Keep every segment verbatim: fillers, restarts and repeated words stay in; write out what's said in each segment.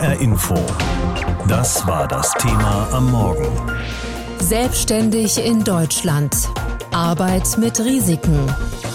R Info. Das war das Thema am Morgen. Selbstständig in Deutschland. Arbeit mit Risiken.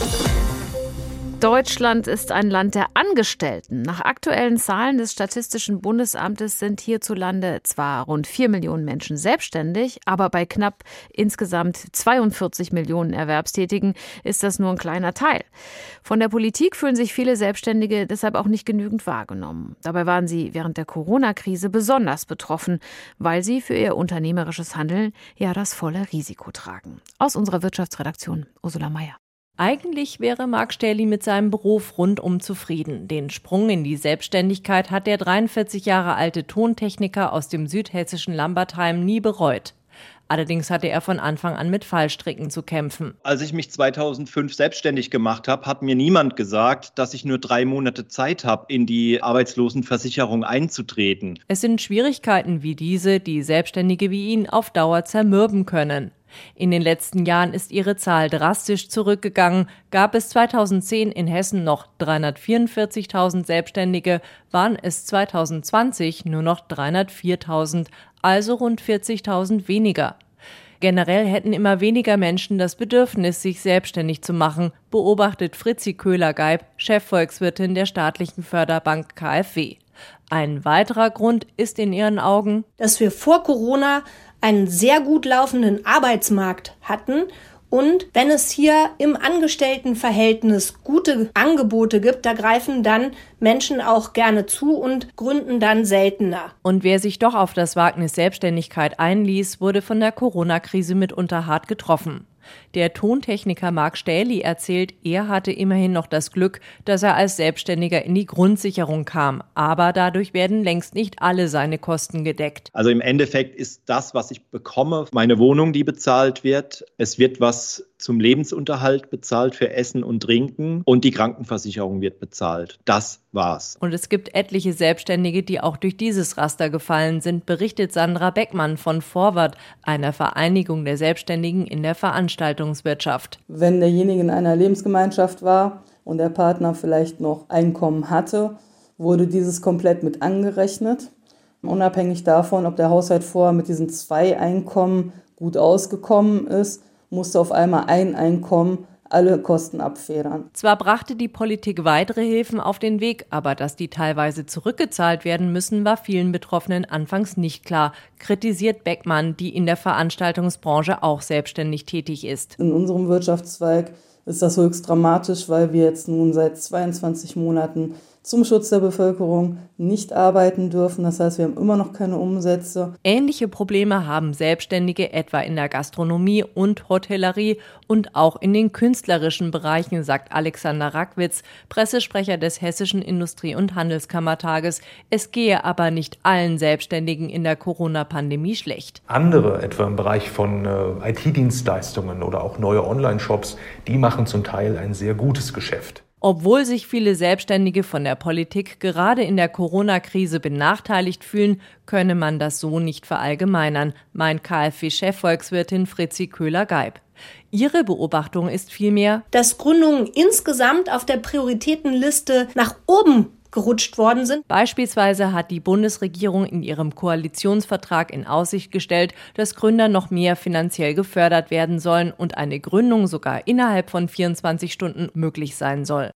Deutschland ist ein Land der Angestellten. Nach aktuellen Zahlen des Statistischen Bundesamtes sind hierzulande zwar rund vier Millionen Menschen selbstständig, aber bei knapp insgesamt zweiundvierzig Millionen Erwerbstätigen ist das nur ein kleiner Teil. Von der Politik fühlen sich viele Selbstständige deshalb auch nicht genügend wahrgenommen. Dabei waren sie während der Corona-Krise besonders betroffen, weil sie für ihr unternehmerisches Handeln ja das volle Risiko tragen. Aus unserer Wirtschaftsredaktion Ursula Meier. Eigentlich wäre Marc Stähli mit seinem Beruf rundum zufrieden. Den Sprung in die Selbstständigkeit hat der dreiundvierzig Jahre alte Tontechniker aus dem südhessischen Lambertheim nie bereut. Allerdings hatte er von Anfang an mit Fallstricken zu kämpfen. Als ich mich zweitausendfünf selbstständig gemacht habe, hat mir niemand gesagt, dass ich nur drei Monate Zeit habe, in die Arbeitslosenversicherung einzutreten. Es sind Schwierigkeiten wie diese, die Selbstständige wie ihn auf Dauer zermürben können. In den letzten Jahren ist ihre Zahl drastisch zurückgegangen. Gab es zweitausendzehn in Hessen noch dreihundertvierundvierzigtausend Selbstständige, waren es zweitausendzwanzig nur noch dreihundertviertausend, also rund vierzigtausend weniger. Generell hätten immer weniger Menschen das Bedürfnis, sich selbstständig zu machen, beobachtet Fritzi Köhler-Geib, Chefvolkswirtin der staatlichen Förderbank K f W. Ein weiterer Grund ist in ihren Augen, dass wir vor Corona einen sehr gut laufenden Arbeitsmarkt hatten und wenn es hier im Angestelltenverhältnis gute Angebote gibt, da greifen dann Menschen auch gerne zu und gründen dann seltener. Und wer sich doch auf das Wagnis Selbstständigkeit einließ, wurde von der Corona-Krise mitunter hart getroffen. Der Tontechniker Marc Stähli erzählt, er hatte immerhin noch das Glück, dass er als Selbstständiger in die Grundsicherung kam. Aber dadurch werden längst nicht alle seine Kosten gedeckt. Also im Endeffekt ist das, was ich bekomme, meine Wohnung, die bezahlt wird. Es wird was zum Lebensunterhalt bezahlt für Essen und Trinken und die Krankenversicherung wird bezahlt. Das war's. Und es gibt etliche Selbstständige, die auch durch dieses Raster gefallen sind, berichtet Sandra Beckmann von Forward, einer Vereinigung der Selbstständigen in der Veranstaltungswirtschaft. Wenn derjenige in einer Lebensgemeinschaft war und der Partner vielleicht noch Einkommen hatte, wurde dieses komplett mit angerechnet. Unabhängig davon, ob der Haushalt vorher mit diesen zwei Einkommen gut ausgekommen ist, musste auf einmal ein Einkommen alle Kosten abfedern. Zwar brachte die Politik weitere Hilfen auf den Weg, aber dass die teilweise zurückgezahlt werden müssen, war vielen Betroffenen anfangs nicht klar, kritisiert Beckmann, die in der Veranstaltungsbranche auch selbstständig tätig ist. In unserem Wirtschaftszweig ist das höchst dramatisch, weil wir jetzt nun seit zweiundzwanzig Monaten zum Schutz der Bevölkerung nicht arbeiten dürfen. Das heißt, wir haben immer noch keine Umsätze. Ähnliche Probleme haben Selbstständige etwa in der Gastronomie und Hotellerie und auch in den künstlerischen Bereichen, sagt Alexander Rackwitz, Pressesprecher des Hessischen Industrie- und Handelskammertages. Es gehe aber nicht allen Selbstständigen in der Corona-Pandemie schlecht. Andere, etwa im Bereich von äh, I T-Dienstleistungen oder auch neue Online-Shops, die machen zum Teil ein sehr gutes Geschäft. Obwohl sich viele Selbstständige von der Politik gerade in der Corona-Krise benachteiligt fühlen, könne man das so nicht verallgemeinern, meint K f W-Chefvolkswirtin Fritzi Köhler-Geib. Ihre Beobachtung ist vielmehr, dass Gründungen insgesamt auf der Prioritätenliste nach oben gerutscht worden sind. Beispielsweise hat die Bundesregierung in ihrem Koalitionsvertrag in Aussicht gestellt, dass Gründer noch mehr finanziell gefördert werden sollen und eine Gründung sogar innerhalb von vierundzwanzig Stunden möglich sein soll.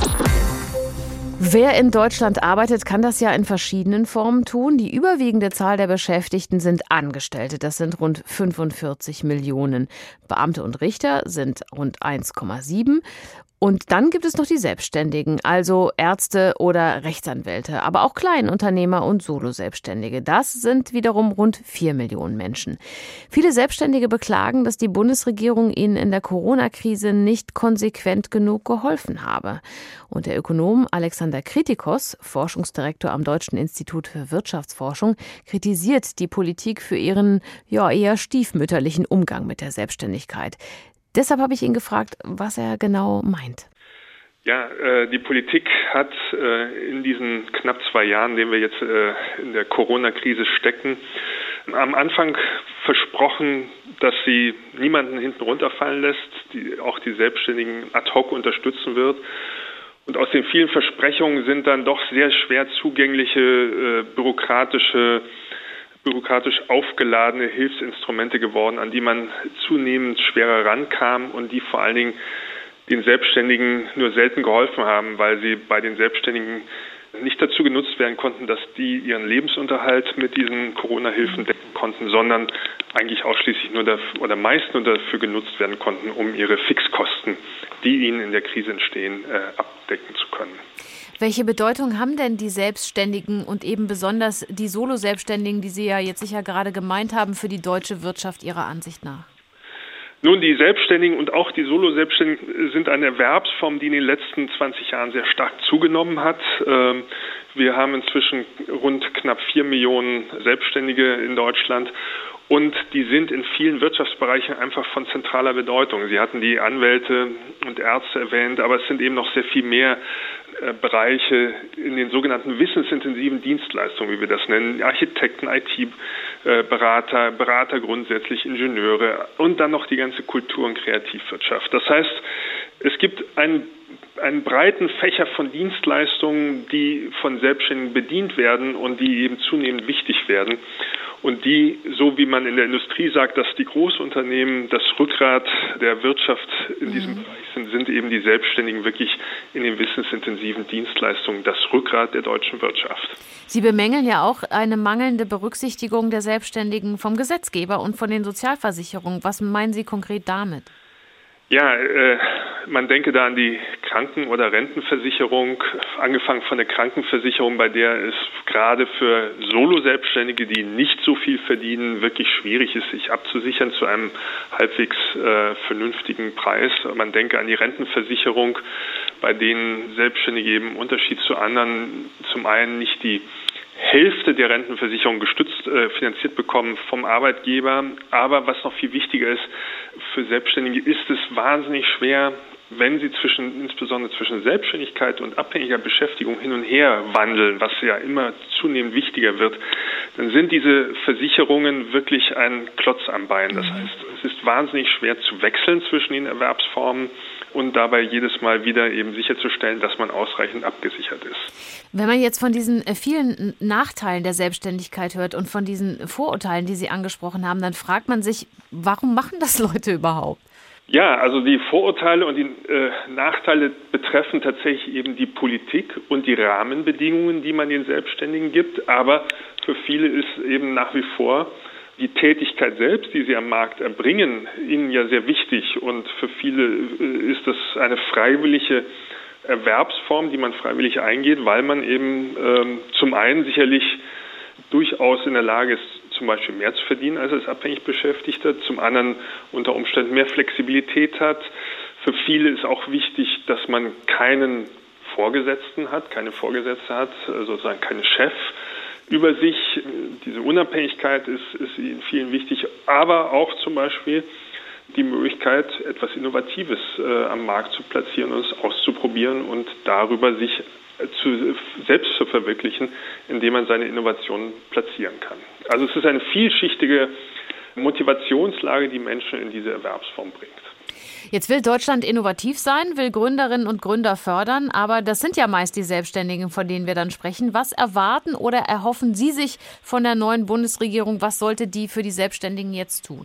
Wer in Deutschland arbeitet, kann das ja in verschiedenen Formen tun. Die überwiegende Zahl der Beschäftigten sind Angestellte. Das sind rund fünfundvierzig Millionen. Beamte und Richter sind rund eins Komma sieben. Und dann gibt es noch die Selbstständigen, also Ärzte oder Rechtsanwälte, aber auch Kleinunternehmer und Soloselbstständige. Das sind wiederum rund vier Millionen Menschen. Viele Selbstständige beklagen, dass die Bundesregierung ihnen in der Corona-Krise nicht konsequent genug geholfen habe. Und der Ökonom Alexander Kritikos, Forschungsdirektor am Deutschen Institut für Wirtschaftsforschung, kritisiert die Politik für ihren ja eher stiefmütterlichen Umgang mit der Selbstständigkeit. Deshalb habe ich ihn gefragt, was er genau meint. Ja, äh, die Politik hat äh, in diesen knapp zwei Jahren, in denen wir jetzt äh, in der Corona-Krise stecken, am Anfang versprochen, dass sie niemanden hinten runterfallen lässt, die auch die Selbstständigen ad hoc unterstützen wird. Und aus den vielen Versprechungen sind dann doch sehr schwer zugängliche, äh, bürokratische, bürokratisch aufgeladene Hilfsinstrumente geworden, an die man zunehmend schwerer rankam und die vor allen Dingen den Selbstständigen nur selten geholfen haben, weil sie bei den Selbstständigen nicht dazu genutzt werden konnten, dass die ihren Lebensunterhalt mit diesen Corona-Hilfen decken konnten, sondern eigentlich ausschließlich nur dafür, oder meist nur dafür genutzt werden konnten, um ihre Fixkosten, die ihnen in der Krise entstehen, äh, abdecken zu können. Welche Bedeutung haben denn die Selbstständigen und eben besonders die Solo-Selbstständigen, die Sie ja jetzt sicher gerade gemeint haben, für die deutsche Wirtschaft Ihrer Ansicht nach? Nun, die Selbstständigen und auch die Solo-Selbstständigen sind eine Erwerbsform, die in den letzten zwanzig Jahren sehr stark zugenommen hat. Wir haben inzwischen rund knapp vier Millionen Selbstständige in Deutschland. Und die sind in vielen Wirtschaftsbereichen einfach von zentraler Bedeutung. Sie hatten die Anwälte und Ärzte erwähnt, aber es sind eben noch sehr viel mehr äh, Bereiche in den sogenannten wissensintensiven Dienstleistungen, wie wir das nennen. Architekten, I T-Berater, Berater grundsätzlich, Ingenieure und dann noch die ganze Kultur- und Kreativwirtschaft. Das heißt, es gibt einen einen breiten Fächer von Dienstleistungen, die von Selbstständigen bedient werden und die eben zunehmend wichtig werden. Und die, so wie man in der Industrie sagt, dass die Großunternehmen das Rückgrat der Wirtschaft in diesem mhm. Bereich sind, sind eben die Selbstständigen wirklich in den wissensintensiven Dienstleistungen das Rückgrat der deutschen Wirtschaft. Sie bemängeln ja auch eine mangelnde Berücksichtigung der Selbstständigen vom Gesetzgeber und von den Sozialversicherungen. Was meinen Sie konkret damit? Ja, äh, man denke da an die Kranken- oder Rentenversicherung, angefangen von der Krankenversicherung, bei der es gerade für Solo-Selbstständige, die nicht so viel verdienen, wirklich schwierig ist, sich abzusichern zu einem halbwegs äh, vernünftigen Preis. Man denke an die Rentenversicherung, bei denen Selbstständige eben im Unterschied zu anderen zum einen nicht die Hälfte der Rentenversicherung gestützt, äh, finanziert bekommen vom Arbeitgeber. Aber was noch viel wichtiger ist, für Selbstständige ist es wahnsinnig schwer, wenn sie zwischen, insbesondere zwischen Selbstständigkeit und abhängiger Beschäftigung hin und her wandeln, was ja immer zunehmend wichtiger wird, dann sind diese Versicherungen wirklich ein Klotz am Bein. Das heißt, es ist wahnsinnig schwer zu wechseln zwischen den Erwerbsformen und dabei jedes Mal wieder eben sicherzustellen, dass man ausreichend abgesichert ist. Wenn man jetzt von diesen vielen Nachteilen der Selbstständigkeit hört und von diesen Vorurteilen, die Sie angesprochen haben, dann fragt man sich, warum machen das Leute überhaupt? Ja, also die Vorurteile und die äh, Nachteile betreffen tatsächlich eben die Politik und die Rahmenbedingungen, die man den Selbstständigen gibt. Aber für viele ist eben nach wie vor die Tätigkeit selbst, die sie am Markt erbringen, ihnen ja sehr wichtig. Und für viele äh, ist das eine freiwillige Erwerbsform, die man freiwillig eingeht, weil man eben ähm, zum einen sicherlich durchaus in der Lage ist, zum Beispiel mehr zu verdienen als als abhängig Beschäftigter, zum anderen unter Umständen mehr Flexibilität hat. Für viele ist auch wichtig, dass man keinen Vorgesetzten hat, keine Vorgesetzte hat, sozusagen keinen Chef über sich. Diese Unabhängigkeit ist, ist in vielen wichtig, aber auch zum Beispiel die Möglichkeit, etwas Innovatives äh, am Markt zu platzieren und es auszuprobieren und darüber sich zu, selbst zu verwirklichen, indem man seine Innovationen platzieren kann. Also es ist eine vielschichtige Motivationslage, die Menschen in diese Erwerbsform bringt. Jetzt will Deutschland innovativ sein, will Gründerinnen und Gründer fördern, aber das sind ja meist die Selbstständigen, von denen wir dann sprechen. Was erwarten oder erhoffen Sie sich von der neuen Bundesregierung? Was sollte die für die Selbstständigen jetzt tun?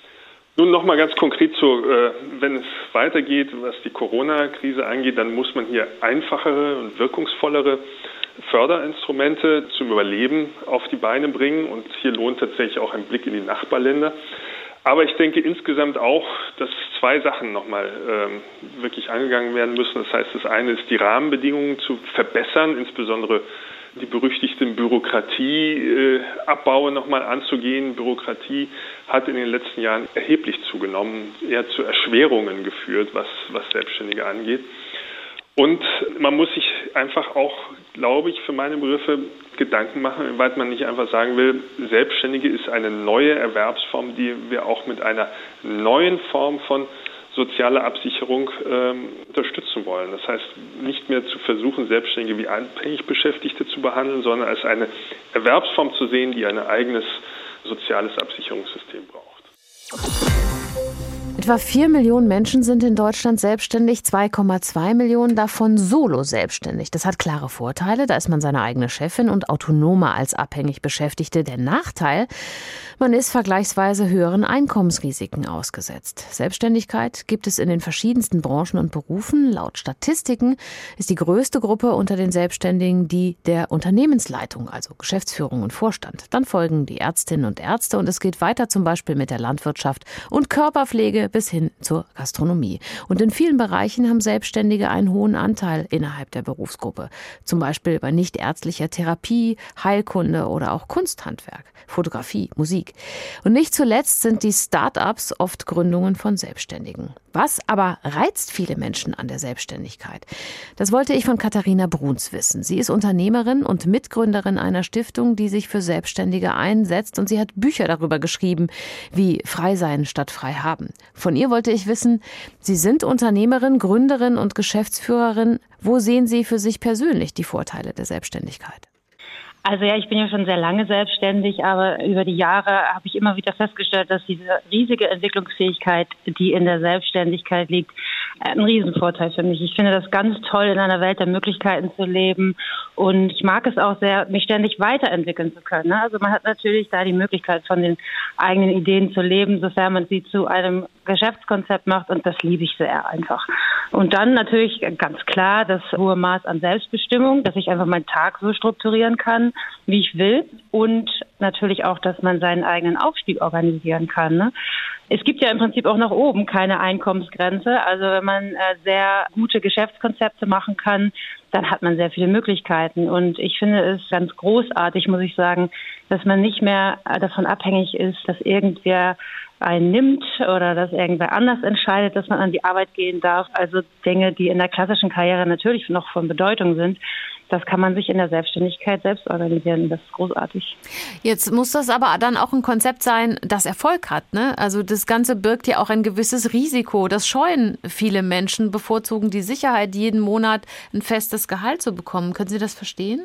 Nun noch mal ganz konkret zu, äh, wenn es weitergeht, was die Corona-Krise angeht, dann muss man hier einfachere und wirkungsvollere Förderinstrumente zum Überleben auf die Beine bringen. Und hier lohnt tatsächlich auch ein Blick in die Nachbarländer. Aber ich denke insgesamt auch, dass zwei Sachen nochmal ähm, wirklich angegangen werden müssen. Das heißt, das eine ist, die Rahmenbedingungen zu verbessern, insbesondere die berüchtigten Bürokratieabbau äh, nochmal anzugehen. Bürokratie hat in den letzten Jahren erheblich zugenommen, eher zu Erschwerungen geführt, was, was Selbstständige angeht. Und man muss sich einfach auch, glaube ich, für meine Begriffe Gedanken machen, inwieweit man nicht einfach sagen will, Selbstständige ist eine neue Erwerbsform, die wir auch mit einer neuen Form von sozialer Absicherung ähm, unterstützen wollen. Das heißt, nicht mehr zu versuchen, Selbstständige wie abhängig Beschäftigte zu behandeln, sondern als eine Erwerbsform zu sehen, die ein eigenes soziales Absicherungssystem braucht. Etwa vier Millionen Menschen sind in Deutschland selbstständig, zwei Komma zwei Millionen davon solo selbstständig. Das hat klare Vorteile, da ist man seine eigene Chefin und autonomer als abhängig Beschäftigte. Der Nachteil, man ist vergleichsweise höheren Einkommensrisiken ausgesetzt. Selbstständigkeit gibt es in den verschiedensten Branchen und Berufen. Laut Statistiken ist die größte Gruppe unter den Selbstständigen die der Unternehmensleitung, also Geschäftsführung und Vorstand. Dann folgen die Ärztinnen und Ärzte und es geht weiter zum Beispiel mit der Landwirtschaft und Körperpflege bis hin zur Gastronomie. Und in vielen Bereichen haben Selbstständige einen hohen Anteil innerhalb der Berufsgruppe. Zum Beispiel bei nichtärztlicher Therapie, Heilkunde oder auch Kunsthandwerk, Fotografie, Musik. Und nicht zuletzt sind die Start-ups oft Gründungen von Selbstständigen. Was aber reizt viele Menschen an der Selbstständigkeit? Das wollte ich von Katharina Bruns wissen. Sie ist Unternehmerin und Mitgründerin einer Stiftung, die sich für Selbstständige einsetzt. Und sie hat Bücher darüber geschrieben, wie frei sein statt frei haben. Von ihr wollte ich wissen, Sie sind Unternehmerin, Gründerin und Geschäftsführerin. Wo sehen Sie für sich persönlich die Vorteile der Selbstständigkeit? Also ja, ich bin ja schon sehr lange selbstständig, aber über die Jahre habe ich immer wieder festgestellt, dass diese riesige Entwicklungsfähigkeit, die in der Selbstständigkeit liegt, ein Riesenvorteil für mich. Ich finde das ganz toll, in einer Welt der Möglichkeiten zu leben und ich mag es auch sehr, mich ständig weiterentwickeln zu können. Also man hat natürlich da die Möglichkeit, von den eigenen Ideen zu leben, sofern man sie zu einem Geschäftskonzept macht und das liebe ich sehr einfach. Und dann natürlich ganz klar das hohe Maß an Selbstbestimmung, dass ich einfach meinen Tag so strukturieren kann, wie ich will und natürlich auch, dass man seinen eigenen Aufstieg organisieren kann. Ne? Es gibt ja im Prinzip auch nach oben keine Einkommensgrenze. Also wenn man äh, sehr gute Geschäftskonzepte machen kann, dann hat man sehr viele Möglichkeiten. Und ich finde es ganz großartig, muss ich sagen, dass man nicht mehr davon abhängig ist, dass irgendwer einen nimmt oder dass irgendwer anders entscheidet, dass man an die Arbeit gehen darf. Also Dinge, die in der klassischen Karriere natürlich noch von Bedeutung sind. Das kann man sich in der Selbstständigkeit selbst organisieren. Das ist großartig. Jetzt muss das aber dann auch ein Konzept sein, das Erfolg hat, ne? Also das Ganze birgt ja auch ein gewisses Risiko. Das scheuen viele Menschen, bevorzugen die Sicherheit, jeden Monat ein festes Gehalt zu bekommen. Können Sie das verstehen?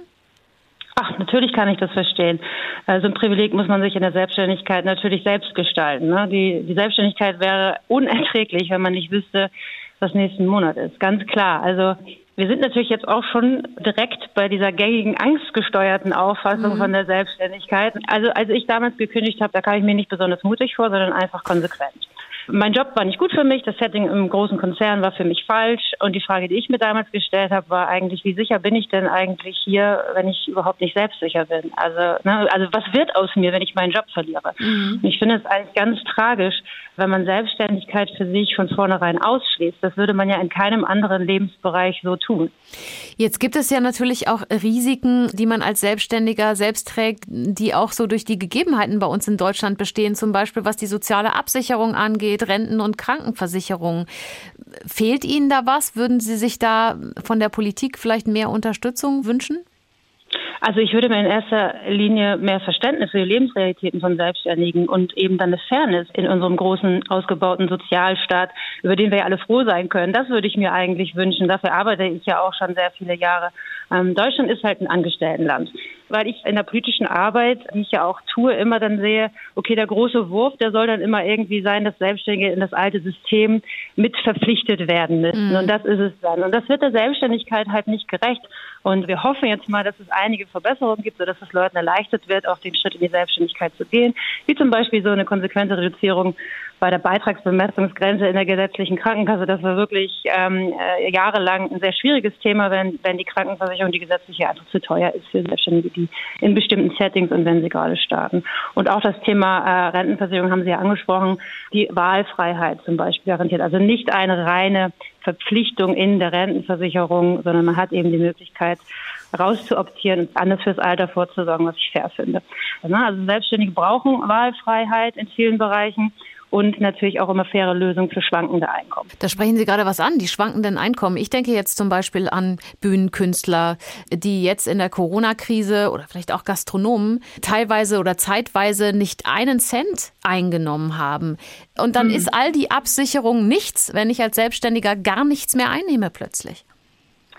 Ach, natürlich kann ich das verstehen. Also ein Privileg muss man sich in der Selbstständigkeit natürlich selbst gestalten. Ne? Die, die Selbstständigkeit wäre unerträglich, wenn man nicht wüsste, was nächsten Monat ist. Ganz klar. Also wir sind natürlich jetzt auch schon direkt bei dieser gängigen, angstgesteuerten Auffassung mhm. von der Selbstständigkeit. Also als ich damals gekündigt habe, da kam ich mir nicht besonders mutig vor, sondern einfach konsequent. Mein Job war nicht gut für mich, das Setting im großen Konzern war für mich falsch und die Frage, die ich mir damals gestellt habe, war eigentlich, wie sicher bin ich denn eigentlich hier, wenn ich überhaupt nicht selbstsicher bin? Also, ne, also was wird aus mir, wenn ich meinen Job verliere? Mhm. Und ich finde es eigentlich ganz tragisch, wenn man Selbstständigkeit für sich von vornherein ausschließt. Das würde man ja in keinem anderen Lebensbereich so tun. Jetzt gibt es ja natürlich auch Risiken, die man als Selbstständiger selbst trägt, die auch so durch die Gegebenheiten bei uns in Deutschland bestehen, zum Beispiel was die soziale Absicherung angeht, Renten- und Krankenversicherung. Fehlt Ihnen da was? Würden Sie sich da von der Politik vielleicht mehr Unterstützung wünschen? Also ich würde mir in erster Linie mehr Verständnis für die Lebensrealitäten von Selbstständigen und eben dann eine Fairness in unserem großen, ausgebauten Sozialstaat, über den wir ja alle froh sein können. Das würde ich mir eigentlich wünschen. Dafür arbeite ich ja auch schon sehr viele Jahre. Ähm, Deutschland ist halt ein Angestelltenland. Weil ich in der politischen Arbeit, die ich ja auch tue, immer dann sehe, okay, der große Wurf, der soll dann immer irgendwie sein, dass Selbstständige in das alte System mit verpflichtet werden müssen. Mhm. Und das ist es dann. Und das wird der Selbstständigkeit halt nicht gerecht. Und wir hoffen jetzt mal, dass es einige Verbesserungen gibt, sodass es Leuten erleichtert wird, auch den Schritt in die Selbstständigkeit zu gehen. Wie zum Beispiel so eine konsequente Reduzierung bei der Beitragsbemessungsgrenze in der gesetzlichen Krankenkasse. Das war wirklich ähm, äh, jahrelang ein sehr schwieriges Thema, wenn, wenn die Krankenversicherung, die gesetzliche, einfach zu teuer ist für Selbstständige, die in bestimmten Settings und wenn sie gerade starten. Und auch das Thema äh, Rentenversicherung haben Sie ja angesprochen, die Wahlfreiheit zum Beispiel garantiert. Also nicht eine reine Verpflichtung in der Rentenversicherung, sondern man hat eben die Möglichkeit, rauszuoptieren und anders fürs Alter vorzusorgen, was ich fair finde. Also Selbstständige brauchen Wahlfreiheit in vielen Bereichen. Und natürlich auch immer faire Lösungen für schwankende Einkommen. Da sprechen Sie gerade was an, die schwankenden Einkommen. Ich denke jetzt zum Beispiel an Bühnenkünstler, die jetzt in der Corona-Krise oder vielleicht auch Gastronomen teilweise oder zeitweise nicht einen Cent eingenommen haben. Und dann hm. ist all die Absicherung nichts, wenn ich als Selbstständiger gar nichts mehr einnehme plötzlich.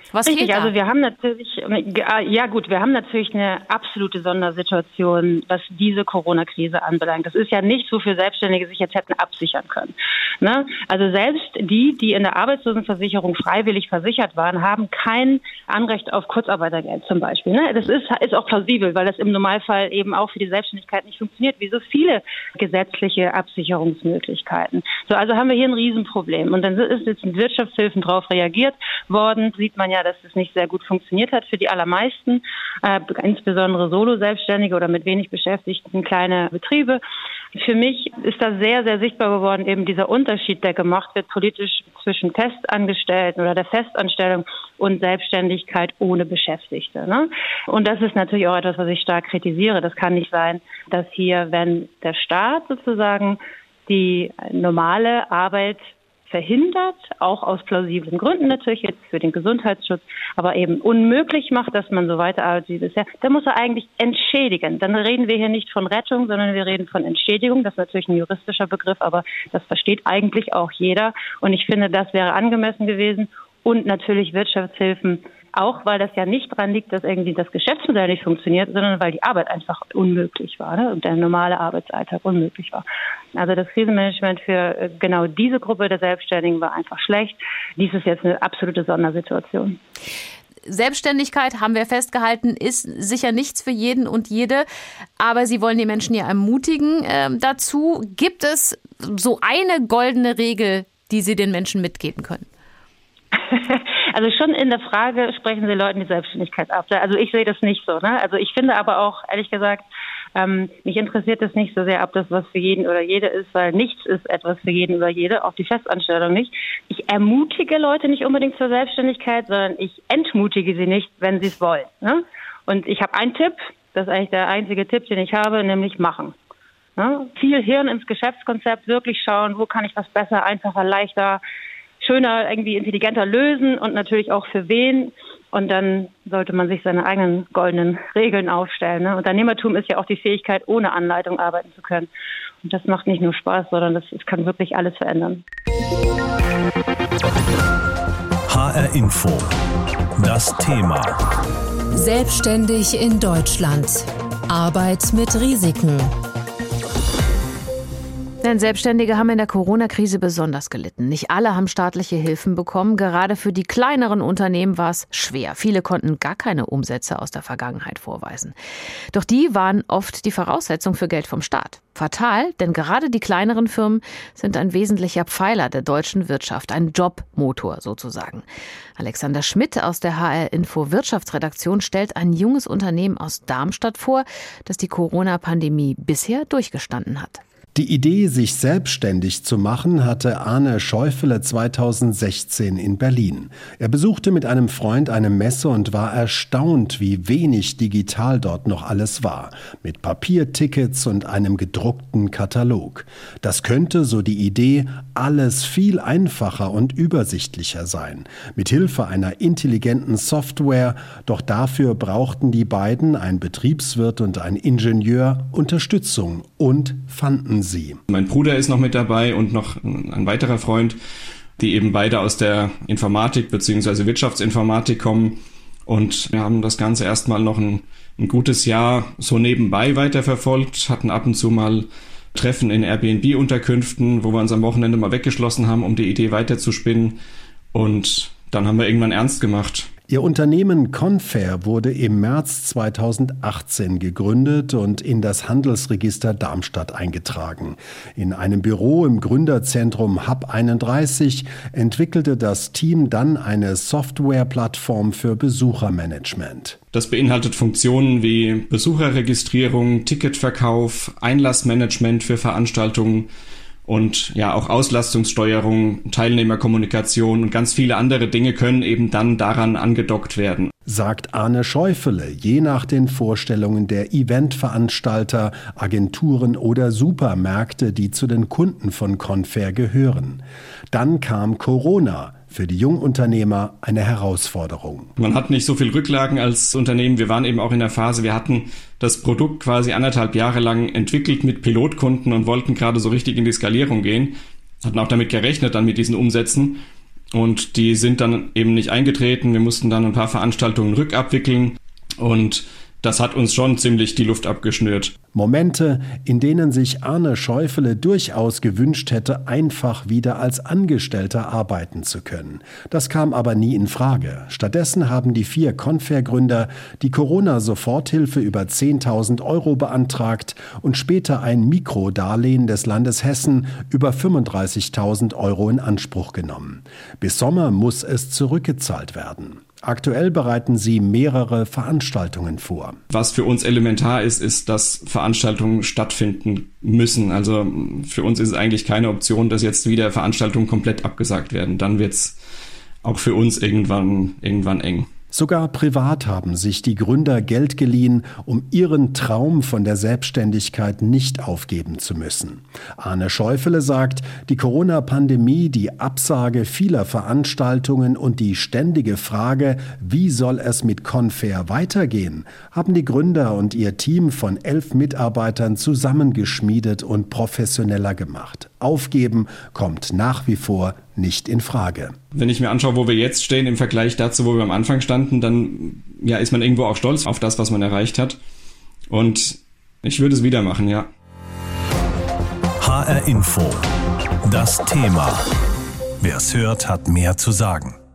Was Richtig, fehlt da? Also wir haben natürlich, ja gut, wir haben natürlich eine absolute Sondersituation, was diese Corona-Krise anbelangt. Das ist ja nicht so für Selbstständige, sich jetzt hätten absichern können. Ne? Also selbst die, die in der Arbeitslosenversicherung freiwillig versichert waren, haben kein Anrecht auf Kurzarbeitergeld zum Beispiel. Ne? Das ist, ist auch plausibel, weil das im Normalfall eben auch für die Selbstständigkeit nicht funktioniert, wie so viele gesetzliche Absicherungsmöglichkeiten. So, also haben wir hier ein Riesenproblem. Und dann ist jetzt mit Wirtschaftshilfen drauf reagiert worden, sieht man ja, dass das nicht sehr gut funktioniert hat für die allermeisten, äh, insbesondere Solo-Selbstständige oder mit wenig Beschäftigten, kleine Betriebe. Für mich ist da sehr, sehr sichtbar geworden, eben dieser Unterschied, der gemacht wird politisch zwischen Festangestellten oder der Festanstellung und Selbstständigkeit ohne Beschäftigte. Ne? Und das ist natürlich auch etwas, was ich stark kritisiere. Das kann nicht sein, dass hier, wenn der Staat sozusagen die normale Arbeit verhindert, auch aus plausiblen Gründen natürlich, jetzt für den Gesundheitsschutz, aber eben unmöglich macht, dass man so weiterarbeitet wie bisher, dann muss er eigentlich entschädigen. Dann reden wir hier nicht von Rettung, sondern wir reden von Entschädigung. Das ist natürlich ein juristischer Begriff, aber das versteht eigentlich auch jeder. Und ich finde, das wäre angemessen gewesen. Und natürlich Wirtschaftshilfen, auch weil das ja nicht daran liegt, dass irgendwie das Geschäftsmodell nicht funktioniert, sondern weil die Arbeit einfach unmöglich war, ne? Und der normale Arbeitsalltag unmöglich war. Also das Krisenmanagement für genau diese Gruppe der Selbstständigen war einfach schlecht. Dies ist jetzt eine absolute Sondersituation. Selbstständigkeit, haben wir festgehalten, ist sicher nichts für jeden und jede. Aber Sie wollen die Menschen ja ermutigen äh, dazu. Gibt es so eine goldene Regel, die Sie den Menschen mitgeben können? Also schon in der Frage sprechen Sie Leuten die Selbstständigkeit ab. Also ich sehe das nicht so. Ne? Also ich finde aber auch, ehrlich gesagt, ähm, mich interessiert das nicht so sehr, ob das was für jeden oder jede ist, weil nichts ist etwas für jeden oder jede, auch die Festanstellung nicht. Ich ermutige Leute nicht unbedingt zur Selbstständigkeit, sondern ich entmutige sie nicht, wenn sie es wollen. Ne? Und ich habe einen Tipp, das ist eigentlich der einzige Tipp, den ich habe, nämlich machen. Ne? Viel Hirn ins Geschäftskonzept, wirklich schauen, wo kann ich was besser, einfacher, leichter, schöner, irgendwie intelligenter lösen und natürlich auch für wen. Und dann sollte man sich seine eigenen goldenen Regeln aufstellen. Ne? Unternehmertum ist ja auch die Fähigkeit, ohne Anleitung arbeiten zu können. Und das macht nicht nur Spaß, sondern das, das kann wirklich alles verändern. H R Info. Das Thema. Selbstständig in Deutschland. Arbeit mit Risiken. Denn Selbstständige haben in der Corona-Krise besonders gelitten. Nicht alle haben staatliche Hilfen bekommen. Gerade für die kleineren Unternehmen war es schwer. Viele konnten gar keine Umsätze aus der Vergangenheit vorweisen. Doch die waren oft die Voraussetzung für Geld vom Staat. Fatal, denn gerade die kleineren Firmen sind ein wesentlicher Pfeiler der deutschen Wirtschaft, ein Jobmotor sozusagen. Alexander Schmidt aus der H R-Info Wirtschaftsredaktion stellt ein junges Unternehmen aus Darmstadt vor, das die Corona-Pandemie bisher durchgestanden hat. Die Idee, sich selbstständig zu machen, hatte Arne Schäufele zweitausendsechzehn in Berlin. Er besuchte mit einem Freund eine Messe und war erstaunt, wie wenig digital dort noch alles war. Mit Papiertickets und einem gedruckten Katalog. Das könnte, so die Idee, alles viel einfacher und übersichtlicher sein. Mit Hilfe einer intelligenten Software. Doch dafür brauchten die beiden, ein Betriebswirt und ein Ingenieur, Unterstützung und fanden sie. Sie. Mein Bruder ist noch mit dabei und noch ein weiterer Freund, die eben beide aus der Informatik bzw. Wirtschaftsinformatik kommen. Und wir haben das Ganze erstmal noch ein, ein gutes Jahr so nebenbei weiterverfolgt, hatten ab und zu mal Treffen in Airbnb-Unterkünften, wo wir uns am Wochenende mal weggeschlossen haben, um die Idee weiterzuspinnen. Und dann haben wir irgendwann ernst gemacht. Ihr Unternehmen Confair wurde im März zweitausendachtzehn gegründet und in das Handelsregister Darmstadt eingetragen. In einem Büro im Gründerzentrum Hub einunddreißig entwickelte das Team dann eine Softwareplattform für Besuchermanagement. Das beinhaltet Funktionen wie Besucherregistrierung, Ticketverkauf, Einlassmanagement für Veranstaltungen und ja auch Auslastungssteuerung, Teilnehmerkommunikation und ganz viele andere Dinge können eben dann daran angedockt werden. Sagt Arne Schäufele, je nach den Vorstellungen der Eventveranstalter, Agenturen oder Supermärkte, die zu den Kunden von Confair gehören. Dann kam Corona. Für die Jungunternehmer eine Herausforderung. Man hat nicht so viel Rücklagen als Unternehmen. Wir waren eben auch in der Phase, wir hatten das Produkt quasi anderthalb Jahre lang entwickelt mit Pilotkunden und wollten gerade so richtig in die Skalierung gehen. Hatten auch damit gerechnet, dann mit diesen Umsätzen. und die sind dann eben nicht eingetreten. Wir mussten dann ein paar Veranstaltungen rückabwickeln und das hat uns schon ziemlich die Luft abgeschnürt. Momente, in denen sich Arne Scheufele durchaus gewünscht hätte, einfach wieder als Angestellter arbeiten zu können. Das kam aber nie in Frage. Stattdessen haben die vier Confair-Gründer die Corona-Soforthilfe über zehntausend Euro beantragt und später ein Mikrodarlehen des Landes Hessen über fünfunddreißigtausend Euro in Anspruch genommen. Bis Sommer muss es zurückgezahlt werden. Aktuell bereiten sie mehrere Veranstaltungen vor. Was für uns elementar ist, ist, dass Veranstaltungen stattfinden müssen. Also für uns ist es eigentlich keine Option, dass jetzt wieder Veranstaltungen komplett abgesagt werden. Dann wird es auch für uns irgendwann, irgendwann eng. Sogar privat haben sich die Gründer Geld geliehen, um ihren Traum von der Selbstständigkeit nicht aufgeben zu müssen. Arne Scheufele sagt, die Corona-Pandemie, die Absage vieler Veranstaltungen und die ständige Frage, wie soll es mit Confair weitergehen, haben die Gründer und ihr Team von elf Mitarbeitern zusammengeschmiedet und professioneller gemacht. Aufgeben kommt nach wie vor nicht in Frage. Wenn ich mir anschaue, wo wir jetzt stehen im Vergleich dazu, wo wir am Anfang standen, dann ja, ist man irgendwo auch stolz auf das, was man erreicht hat. Und ich würde es wieder machen, ja. H R Info. Das Thema. Wer es hört, hat mehr zu sagen.